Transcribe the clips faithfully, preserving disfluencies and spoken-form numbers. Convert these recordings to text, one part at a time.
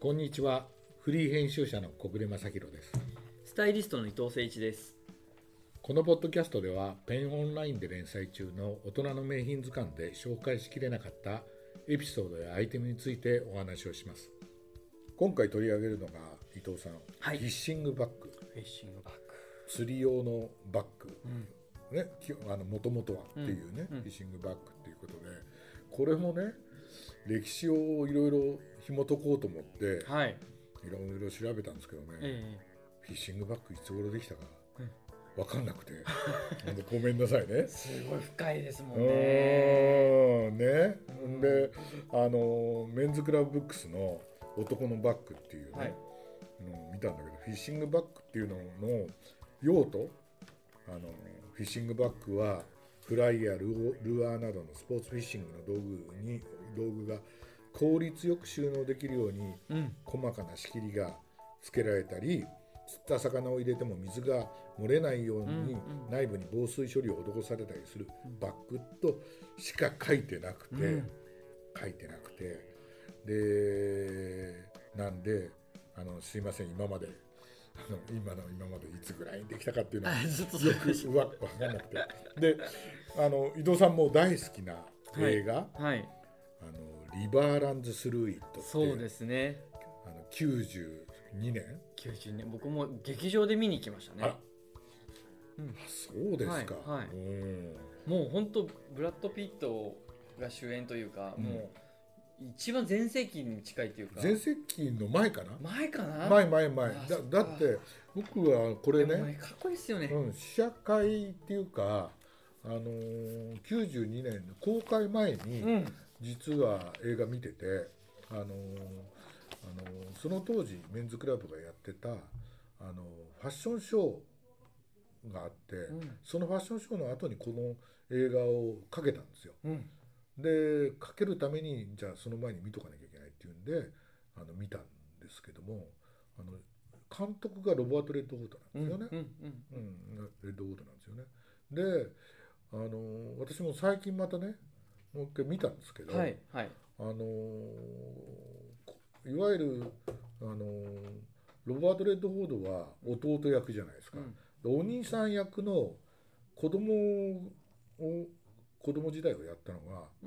こんにちは。フリー編集者の小暮正弘です。 スタイリストの伊藤誠一です。 このポッドキャストではペンオンラインで連載中の大人の名品図鑑で紹介しきれなかったエピソードやアイテムについてお話をします。今回取り上げるのが伊藤さん、はい、フィッシングバッグ、 フィッシングバッグ、 釣り用のバッグ、うんね、あの元々はっていうね、うんうん、フィッシングバッグっていうことで、これもね歴史をいろいろ紐解こうと思って、はい、いろいろ調べたんですけどね、えー、フィッシングバッグいつ頃できたか分かんなくてごめんなさいね。 すごい深いですもんね。 うんね、うん、であのメンズクラブブックスの男のバッグっていうね、はい、のを見たんだけど、フィッシングバッグっていうのの用途、あのフィッシングバッグはフライやルアーなどのスポーツフィッシングの道具に道具が効率よく収納できるように、うん、細かな仕切りが付けられたり、釣った魚を入れても水が漏れないように内部に防水処理を施されたりするバッグとしか書いてなくて、うん、書いてなくてでなんであのすいません、今まであの今の今までいつぐらいにできたかっていうのはよくわ分からなくてであの伊藤さんも大好きな映画、はいはい、あのリバーランズ・スルーイットって、 そうですね、 あのきゅうじゅうにねんきゅうじゅうねん僕も劇場で見に行きましたね。あ、 うん、そうですか、 はいはい、もう本当ブラッド・ピットが主演というか、うん、もう一番全盛期に近いというか、 全盛期の前かな前かな前前前 だ, だって僕はこれ ね, ねかっこいいですよね、 うん、試写会っていうか、あのー、きゅうじゅうにねんの公開前に、うん、実は映画見てて、あのーあのー、その当時メンズクラブがやってた、あのー、ファッションショーがあって、うん、そのファッションショーの後にこの映画をかけたんですよ、うん、でかけるためにじゃあその前に見とかなきゃいけないっていうんであの見たんですけども、あの監督がロバート・レッドフォードなんですよね、うんうんうん、レッドフォードなんですよね。であの私も最近またねもう一回見たんですけど、はいはい、あのいわゆるあのロバート・レッドフォードは弟役じゃないですか、うん、お兄さん役の子供を子供時代をやったのが、うん、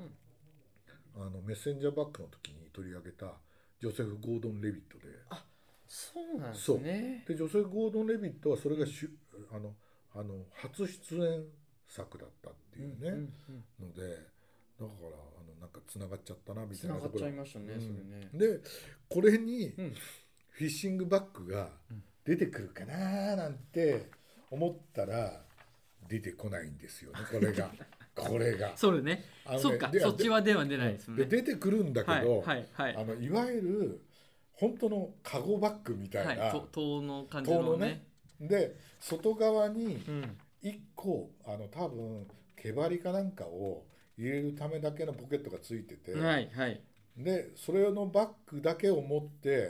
あのメッセンジャーバッグの時に取り上げたジョセフ・ゴードン・レビットで、あ、 そうなんですね。 でジョセフ・ゴードン・レビットはそれがしゅ、うん、あのあの初出演作だったっていうね、うんうんうん、のでだからあのなんかつながっちゃったなみたいなところ、つながっちゃいましたね、うん、それね。でこれに、うん、フィッシングバッグが出てくるかななんて思ったら出てこないんですよね、これがこれがそれね、ね、そうか、そっちはでは出ないですもんね。 で出てくるんだけど、はいはいはい、あのいわゆる本当のカゴバッグみたいな、はい、 塔の感じのね、 で外側にいっこ、うん、あの多分毛針かなんかを入れるためだけのポケットがついてて、はいはい、でそれのバッグだけを持って、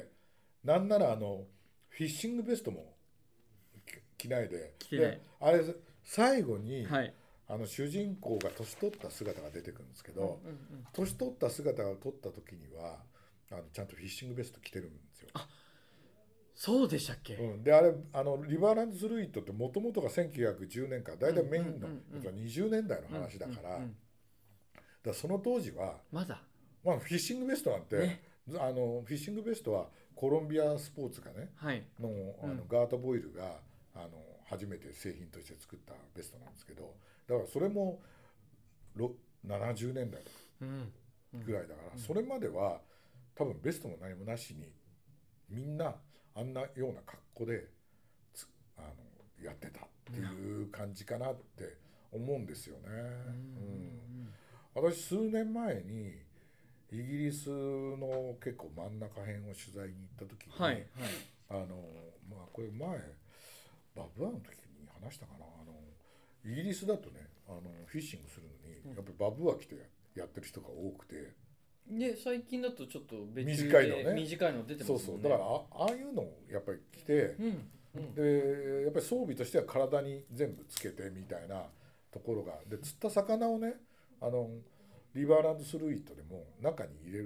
なんならあのフィッシングベストも着ないで、であれ最後に、はい、あの主人公が年取った姿が出てくるんですけど、うんうんうん、年取った姿を撮った時にはあのちゃんとフィッシングベスト着てるんですよ。 あ、そうでしたっけ、 うん、であれあのリバーランド・スルーイットってもともとがせんきゅうひゃくじゅうねんからだいたいメインのにじゅうねんだいの話だから、だからその当時はまだ、 まあ、フィッシングベストなんて、ね、あのフィッシングベストはコロンビアスポーツがね、はい、の, あのガータ・ボイルがあの初めて製品として作ったベストなんですけど、だからそれもななじゅうねんだいとかぐらいだから、うんうん、それまでは多分ベストも何もなしにみんなあんなような格好であのやってたっていう感じかなって思うんですよね、うんうん、私数年前にイギリスの結構真ん中辺を取材に行った時に、はいはい、あのまあこれ前バブアーの時に話したかな、あのイギリスだとね、あのフィッシングするのに、うん、やっぱりバブアー着てやってる人が多くて、 で最近だとちょっと別に短いのね、 短いの出てますもんね。 そうそう、だから あ, ああいうのをやっぱり着て、うんうん、でやっぱり装備としては体に全部つけてみたいなところがで、釣った魚をね、あのリバーランド・スルーイットでも中に入れる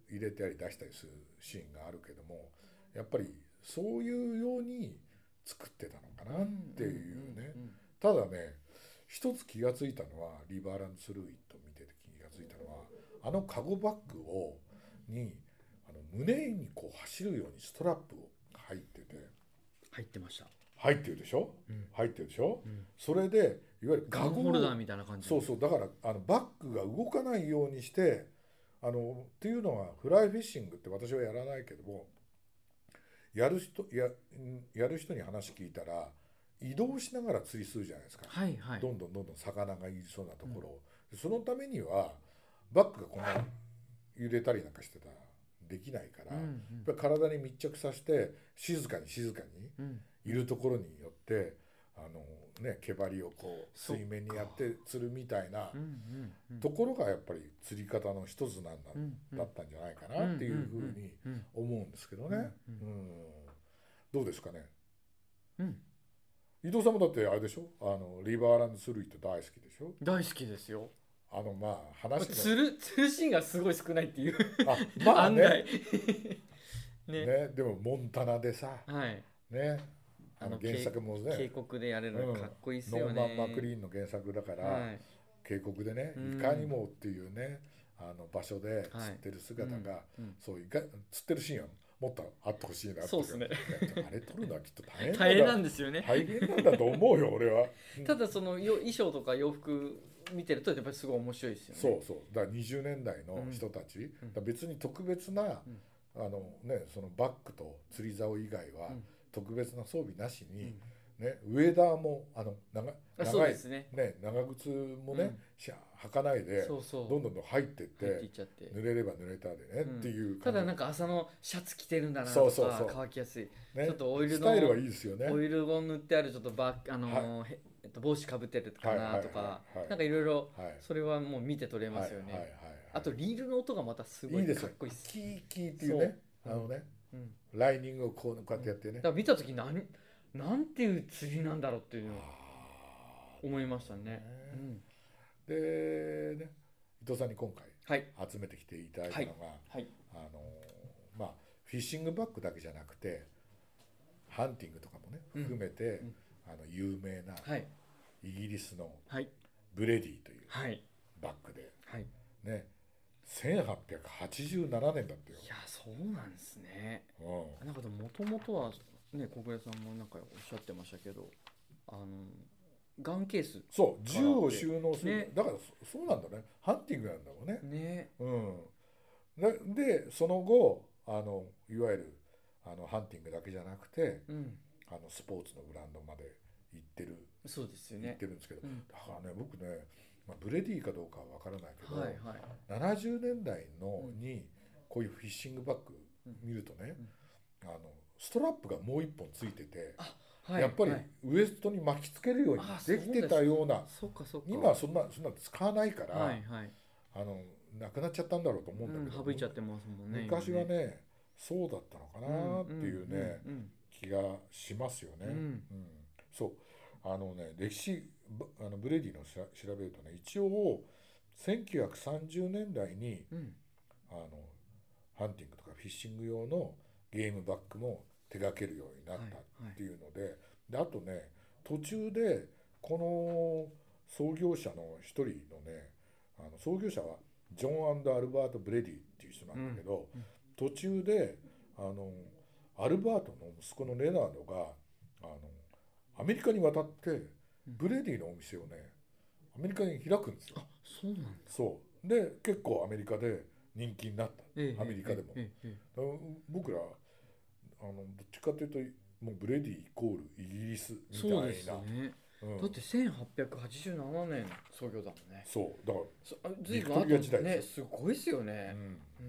入れたり出したりするシーンがあるけども、やっぱりそういうように作ってたのかなっていうね。ただね、一つ気がついたのは、リバーランド・スルーイットを見てて気がついたのは、あのカゴバッグをにあの胸にこう走るようにストラップを入ってて、 入ってました。 入ってるでしょ、うん、入ってるでしょ、うん、それでいわゆるカゴホルダーみたいな感じ。 そうそう、だからあのバッグが動かないようにして、あのっていうのはフライフィッシングって私はやらないけども、やる人ややる人に話聞いたら移動しながら釣りするじゃないですか、 はいはい、 どんどんどんどん魚がいそうなところを、うん、そのためにはバッグがこんな揺れたりなんかしてたらできないから、うんうん、やっぱり体に密着させて静かに静かにいるところによって、あのね、毛針をこう水面にやって釣るみたいなところがやっぱり釣り方の一つなんだ、うんうん、だったんじゃないかなっていうふうに思うんですけどね、うんうん、どうですかね、うん、伊藤さんもだってあれでしょ、あのリバーランド・スルーイット大好きでしょ。 大好きですよ。 あのまあ話が釣る釣るシーンがすごい少ないっていうあ、まあね案外ね, ねでもモンタナでさ、 はい、 ね、あの原作もね、 渓谷でやれるのかっこいいですよね、 うん、ノーマン・マクリーンの原作だから、はい、渓谷でね、いかにもっていうね、あの場所で釣ってる姿が、はいうんうん、そういう釣ってるシーンはもっとあってほしいなって。 そうですね。 あれ撮るのはきっと大変大変なんですよね。 大変なんだと思うよ俺は。 ただその衣装とか洋服見てるとやっぱりすごい面白いですよね。 そうそう。だからにじゅうねんだいの人たち、うん、だ別に特別な、うん、あのねそのバッグと釣り竿以外は特別な装備なしに。うんね、ウェーダーもあの 長, 長い、ねね、長靴もね、うん、履かないでそうそうどんどんどん入っていって濡れれば濡れたでね、うん、っていうただなんか朝のシャツ着てるんだなとかそうそうそう乾きやすい、ね、ちょっとオイルのスタイルはいいですよね。 オイルを塗ってあるちょっとバあのーはいえっと、帽子かぶってるかなとかなんかいろいろそれはもう見て取れますよね、はいはいはいはい、あとリールの音がまたすごいかっこいいです。 キーキーっていうねあのね、うん、ライニングをこうこうやってやってね、だから見た時何なんていう釣りなんだろうっていうのを思いましたね。うん、 でね、伊藤さんに今回集めてきていただいたのが、はいはい、あのまあフィッシングバッグだけじゃなくてハンティングとかもね含めて、うん、あの有名なイギリスのブレディというバッグで、はいはい、ねせんはっぴゃくはちじゅうななねんだってよ。 いやそうなんですね。うん、なんかでももともとはね、小暮さんもなんかおっしゃってましたけど、あのガンケースそう銃を収納する、ね、だから そ, そうなんだね、ハンティングなんだろうね。ね、うん、でその後あのいわゆるあのハンティングだけじゃなくて、うん、あのスポーツのブランドまで行ってるそうですよね、 行ってるんですけど、うん、だからね僕ね、まあ、ブレディかどうかは分からないけど、はいはい、ななじゅうねんだいのにこういうフィッシングバッグ見るとね、うん、あのストラップがもう一本ついてて、はい、やっぱりウエストに巻きつけるようにできてたような、今はそんなそんな使わないから、はいはい、あのなくなっちゃったんだろうと思うんだけど、 うん、省いちゃってますもんね。 昔はねそうだったのかなっていうね、うんうんうん、気がしますよね。うんうん、そうあのね歴史あのブレディのしら調べるとね、一応せんきゅうひゃくさんじゅうねんだいに、うん、あのハンティングとかフィッシング用のゲームバッグも手掛けるようになったっていうので、はいはい、であとね途中でこの創業者の一人のね、あの創業者はジョン&アルバート・ブレディっていう人なんだけど、うんうん、途中であのアルバートの息子のレナードがあのアメリカに渡ってブレディのお店をねアメリカに開くんですよ。 あ、そうなんだ。 そうで結構アメリカで人気になった、ええ、アメリカでも、えええ、僕らあのどっちかというともうブレディイコールイギリスみたいな。そうですね、うん、だってせんはっぴゃくはちじゅうななねん創業だもんね。そうだからビクトリア時代ですよ、ね、すごいですよね、うん、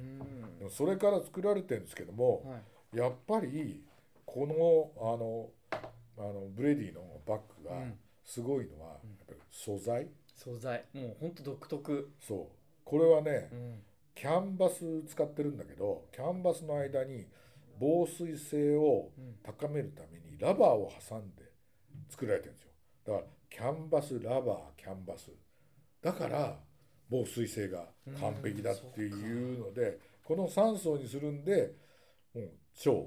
でもそれから作られてるんですけども、はい、やっぱりこのあのあのブレディのバッグがすごいのは、やっぱり素材、素材もうほんと独特。そうこれはね、うん、キャンバス使ってるんだけど、キャンバスの間に防水性を高めるためにラバーを挟んで作られてるんですよ。だからキャンバスラバーキャンバスだから防水性が完璧だっていうので、 このさん層にするんでもう超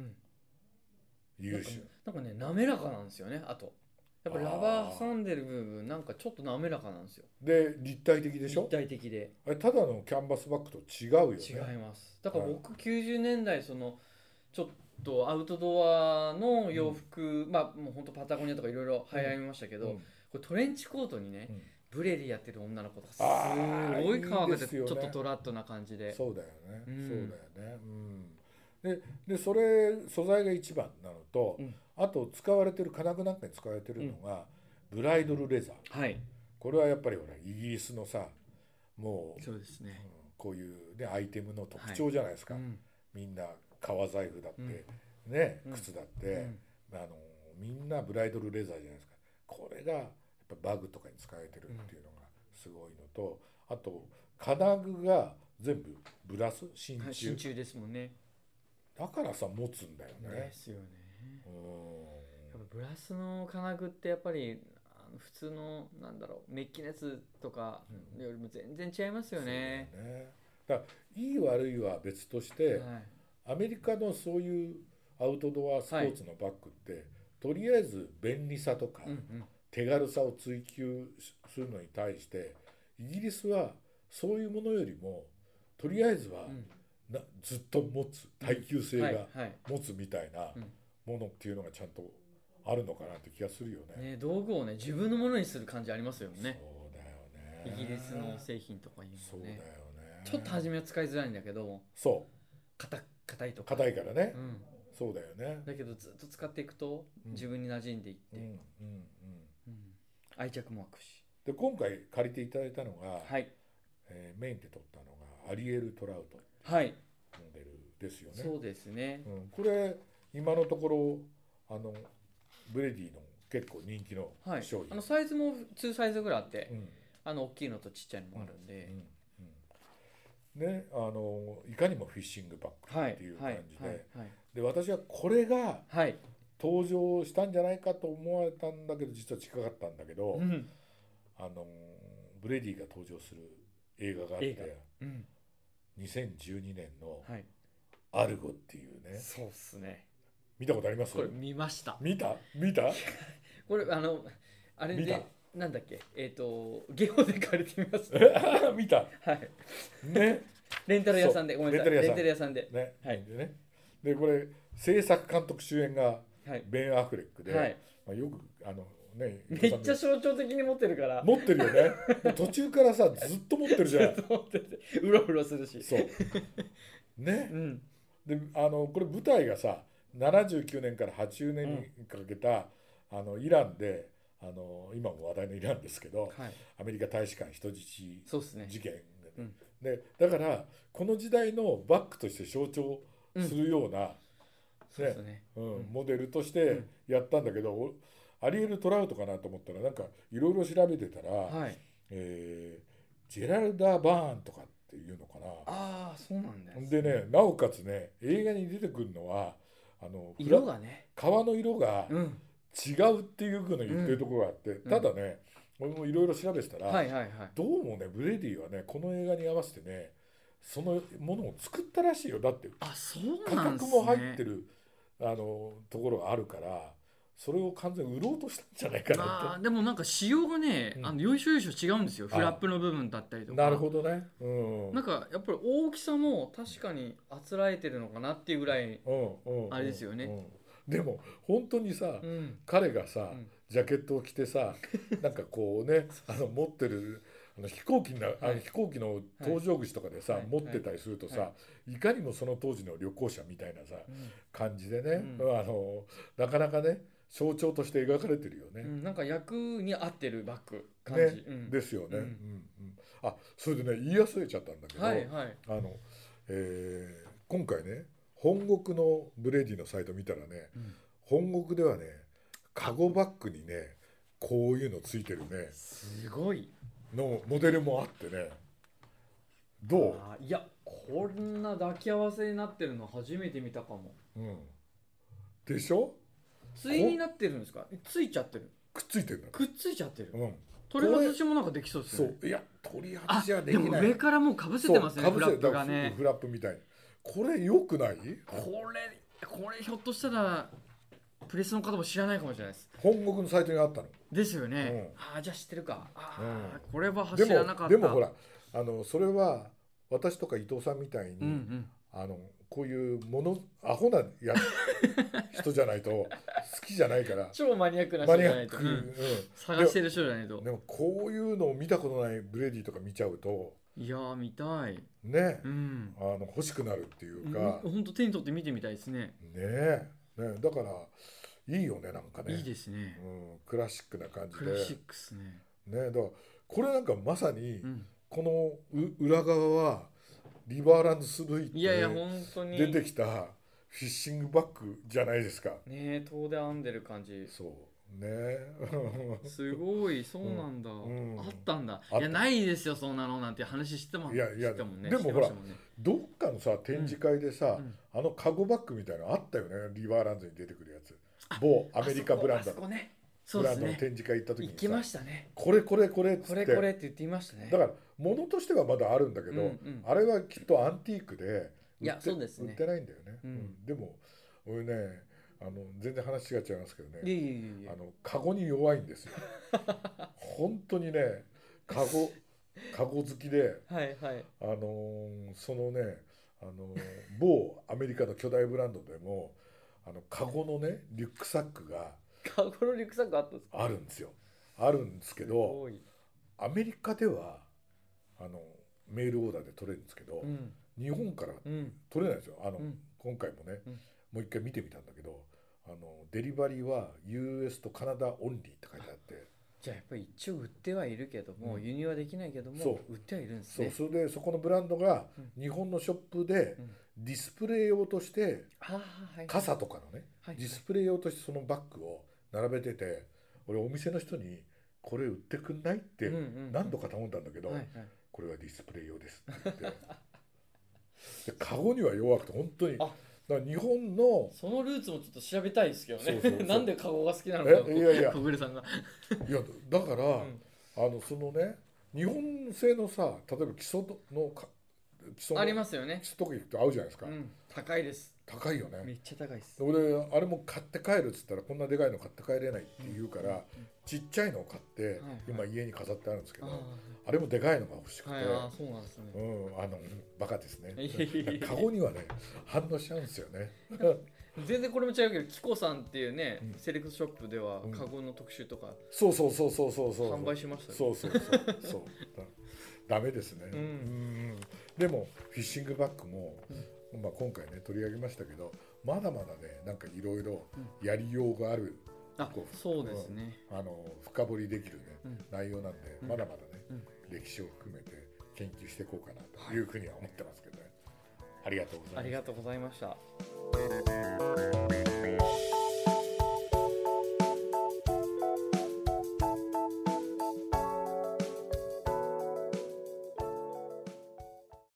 優秀、 うん、なんかね滑らかなんですよね。あとやっぱラバー挟んでる部分なんかちょっと滑らかなんですよ。 で立体的でしょ。 立体的であれただのキャンバスバッグと違うよね。 違います。だから僕きゅうじゅうねんだいそのちょっとアウトドアの洋服、うん、まあもうほんとパタゴニアとかいろいろ流行りましたけど、うん、これトレンチコートにね、うん、ブレリーやってる女の子とかすごい可愛くて、ちょっとトラッドな感じで。 そうだよね、うん、そうだよね、うん、で, でそれ素材が一番なのと、うん、あと使われてる金具なんかに使われてるのが、うん、ブライドルレザー、はい、これはやっぱりほらイギリスのさもう、 そうですね、うん、 こういう、ね、アイテムの特徴じゃないですか、はい、うん、みんな革財布だって、うん、ね、靴だって、うん、あのみんなブライドルレザーじゃないですか。これがやっぱバッグとかに使われてるっていうのがすごいのと、あと金具が全部ブラス真鍮、はい、 真鍮ですもんね。 だからさ持つんだよね。 ですよね。うん、やっぱブラスの金具ってやっぱり普通のなんだろうメッキのやつとかよりも全然違いますよね。 うん、そうだね。だからいい悪いは別として、はい、アメリカのそういうアウトドアスポーツのバッグって、はい、とりあえず便利さとか、うんうん、手軽さを追求するのに対してイギリスはそういうものよりもとりあえずは、うん、なずっと持つ耐久性が持つみたいなものっていうのがちゃんとあるのかなって気がするよ ね, ね。道具をね自分のものにする感じありますよね。 そうだよね。イギリスの製品とかいうのね。 そうだよね。 ちょっと初めは使いづらいんだけど、 そう硬いとか硬いからね、うん、そうだよね。 だけどずっと使っていくと自分に馴染んでいって、うんうんうんうん、愛着も湧くし。 で今回借りていただいたのが、 はい、 えー、メインで撮ったのがアリエル・トラウトモデルですよね。 そうですね、 うん、これ今のところあのブレディの結構人気の商品、はい、 あのサイズもにサイズぐらいあって、うん、あの大きいのとちっちゃいのもあるんで、 うんうんうん、ね、あのいかにもフィッシングバッグっていう感じで、はいはいはい、で私はこれが登場したんじゃないかと思われたんだけど実は近かったんだけど、うん、あのブレディが登場する映画があって、うん、にせんじゅうにねんのアルゴっていうね、 そうっすね。 見たことあります？ これ見ました。 見た見たこれあのあれでなんだっけ、えっ、ー、とゲオで借りてみました。 見た。 はい。 ね。 レンタル屋さんでごめんなさい。レンタル屋さんで。 ね。 はい。 でね。でこれ制作監督主演がベン・アフレックで、はい、まあ、よくあのね。 めっちゃ象徴的に持ってるから。 持ってるよね。途中からさずっと持ってるじゃん。 ずっと持っててうろうろするし。 そう。ね。うん、であのこれ舞台がさ。ななじゅうきゅうねんからはちじゅうねんにかけた、うん、あのイランであの今も話題のイランですけど、はい、アメリカ大使館人質事件 で,、ねうん、でだからこの時代のバックとして象徴するような、うんねねうん、モデルとしてやったんだけど、うん、アリエル・トラウトかなと思ったらなんかいろいろ調べてたら、はい、えー、ジェラルダ・バーンとかっていうのかな。 ああそうなんです、ね、 でねなおかつね映画に出てくるのはあの色がね革の色が違うっていうふうに言ってるところがあって、うん、ただね、うん、俺もいろいろ調べてたら、はいはいはい、どうもねブレディはねこの映画に合わせてねそのものを作ったらしいよ。だってあそうなんです、ね、 価格も入ってるあのところがあるからそれを完全に売ろうとしたんじゃないかなと。 あでもなんか仕様がね、うん、あのよいしょよいしょ違うんですよ。フラップの部分だったりとか。 なるほどね、うん、 なんかやっぱり大きさも確かにあつらえてるのかなっていうぐらいあれですよね、うんうんうん、 でも本当にさ、うん、彼がさ、うん、ジャケットを着てさなんかこうねあの持ってるあの飛行機の、はい、あの飛行機の搭乗口とかでさ、はい、持ってたりするとさ、はい、いかにもその当時の旅行者みたいなさ、うん、感じでね、うん、あのなかなかね象徴として描かれてるよね、 うん、なんか役に合ってるバッグ感じ、 ねうん、ですよね、うんうんうん、あそれでね言い忘れちゃったんだけど、はいはい、あのえー、今回ね本国のブレディのサイト見たらね、うん、本国ではねカゴバッグにねこういうのついてるねすごいのモデルもあってねどう？ あいやこんな抱き合わせになってるの初めて見たかも、 うん、でしょ？ 対になってるんですか？ついちゃってる？ くっついてるんだ。 くっついちゃってる、 うん、 取り外しもなんかできそうですよね。 そういや取り外しはできない。 でも上からもうかぶせてますね、フラップがね。 フラップみたいにこれ良くない？ これこれひょっとしたらプレスの方も知らないかもしれないです。 本国のサイトにあったのですよね、うん、ああじゃあ知ってるか。ああ、うん、これは知らなかった。 でも、でもほらあのそれは私とか伊藤さんみたいに、うんうん、あのこういうものアホなや人じゃないと好きじゃないから超マニアックな人じゃないと、うんうん、 探してる人じゃないと。 でもこういうのを見たことないブレディとか見ちゃうといやー見たいね、 うん、 あの欲しくなるっていうか、 本当手に取って見てみたいですね。 ねえ、ね、だからいいよねなんかね。 いいですね、 うん、クラシックな感じで。 クラシックスね。 ね、だからこれなんかまさに、うん、この裏側はリバーランドスルイって出てきたフィッシングバッグじゃないですか。 ねえ、遠出編んでる感じ。 そうねすごい、そうなんだ、うんうん、あったんだ。いやないですよそんなのなんて話してもん。 いやいやもん、ね、 でもほら、ね、どっかのさ展示会でさ、うん、あのカゴバッグみたいなのあったよね。リバーランドに出てくるやつ、某アメリカブランドのブランドの展示会行った時にさ、 行きましたね。 これこれこれっつって、 これこれって言っていましたね。 だから物としてはまだあるんだけど、うんうん、あれはきっとアンティークでいやそうですね、 売ってないんだよね、うんうん、でも俺ねあの全然話違っちゃいますけどね、 いやいやいや、 あのカゴに弱いんですよ本当にねカゴカゴ好きではいはい、 あのー、そのねあのー、某アメリカの巨大ブランドでもあのカゴのねリュックサックがカゴのリュックサックあったんですか？ あるんですよ。あるんですけど、アメリカではあのメールオーダーで取れるんですけど、うん、日本から取れないですよ。あの、うん、今回もね、うん、もう一回見てみたんだけど、あのデリバリーは ユーエス とカナダオンリーって書いてあって、 じゃあやっぱり一応売ってはいるけども、うん、輸入はできないけども売ってはいるんですね。 そう、それでそこのブランドが日本のショップでディスプレイ用として、うん、傘とかのね、はい、ディスプレイ用としてそのバッグを並べてて、俺お店の人にこれ売ってくんないって何度か頼んだんだけど、これはディスプレイ用ですって言ってでカゴには弱くて本当にだから日本のそのルーツもちょっと調べたいですけどね。そうそうそうなんでカゴが好きなのか。 いやいや小暮さんがいやだから、うん、あのそのね日本製のさ例えば基礎のか基礎のありますよね。 基礎とか行くと合うじゃないですか、うん、 高いです。 高いよね。 めっちゃ高いです。 俺あれも買って帰るっつったらこんなでかいの買って帰れないって言うから、うん、ちっちゃいのを買って、はいはい、今家に飾ってあるんですけど、あ, あれもでかいのが欲しくて、はい、あそうなんですね、うん、あのバカですねカゴにはね反応しちゃうんですよね全然これも違うけどキコさんっていうね、うん、セレクトショップではカゴの特集とか、うん、 そうそうそうそうそうそう販売しましたね。 そうそうそうそうダメですね、うん、うんでもフィッシングバッグも、うんまあ、今回ね取り上げましたけどまだまだねなんかいろいろやりようがある、 うん、あそうですね、 うん、あの深掘りできるね、うん、内容なんで、うん、まだまだね、うん、歴史を含めて研究していこうかなというふうには思ってますけどね、はい、ありがとうございました。 ありがとうございました。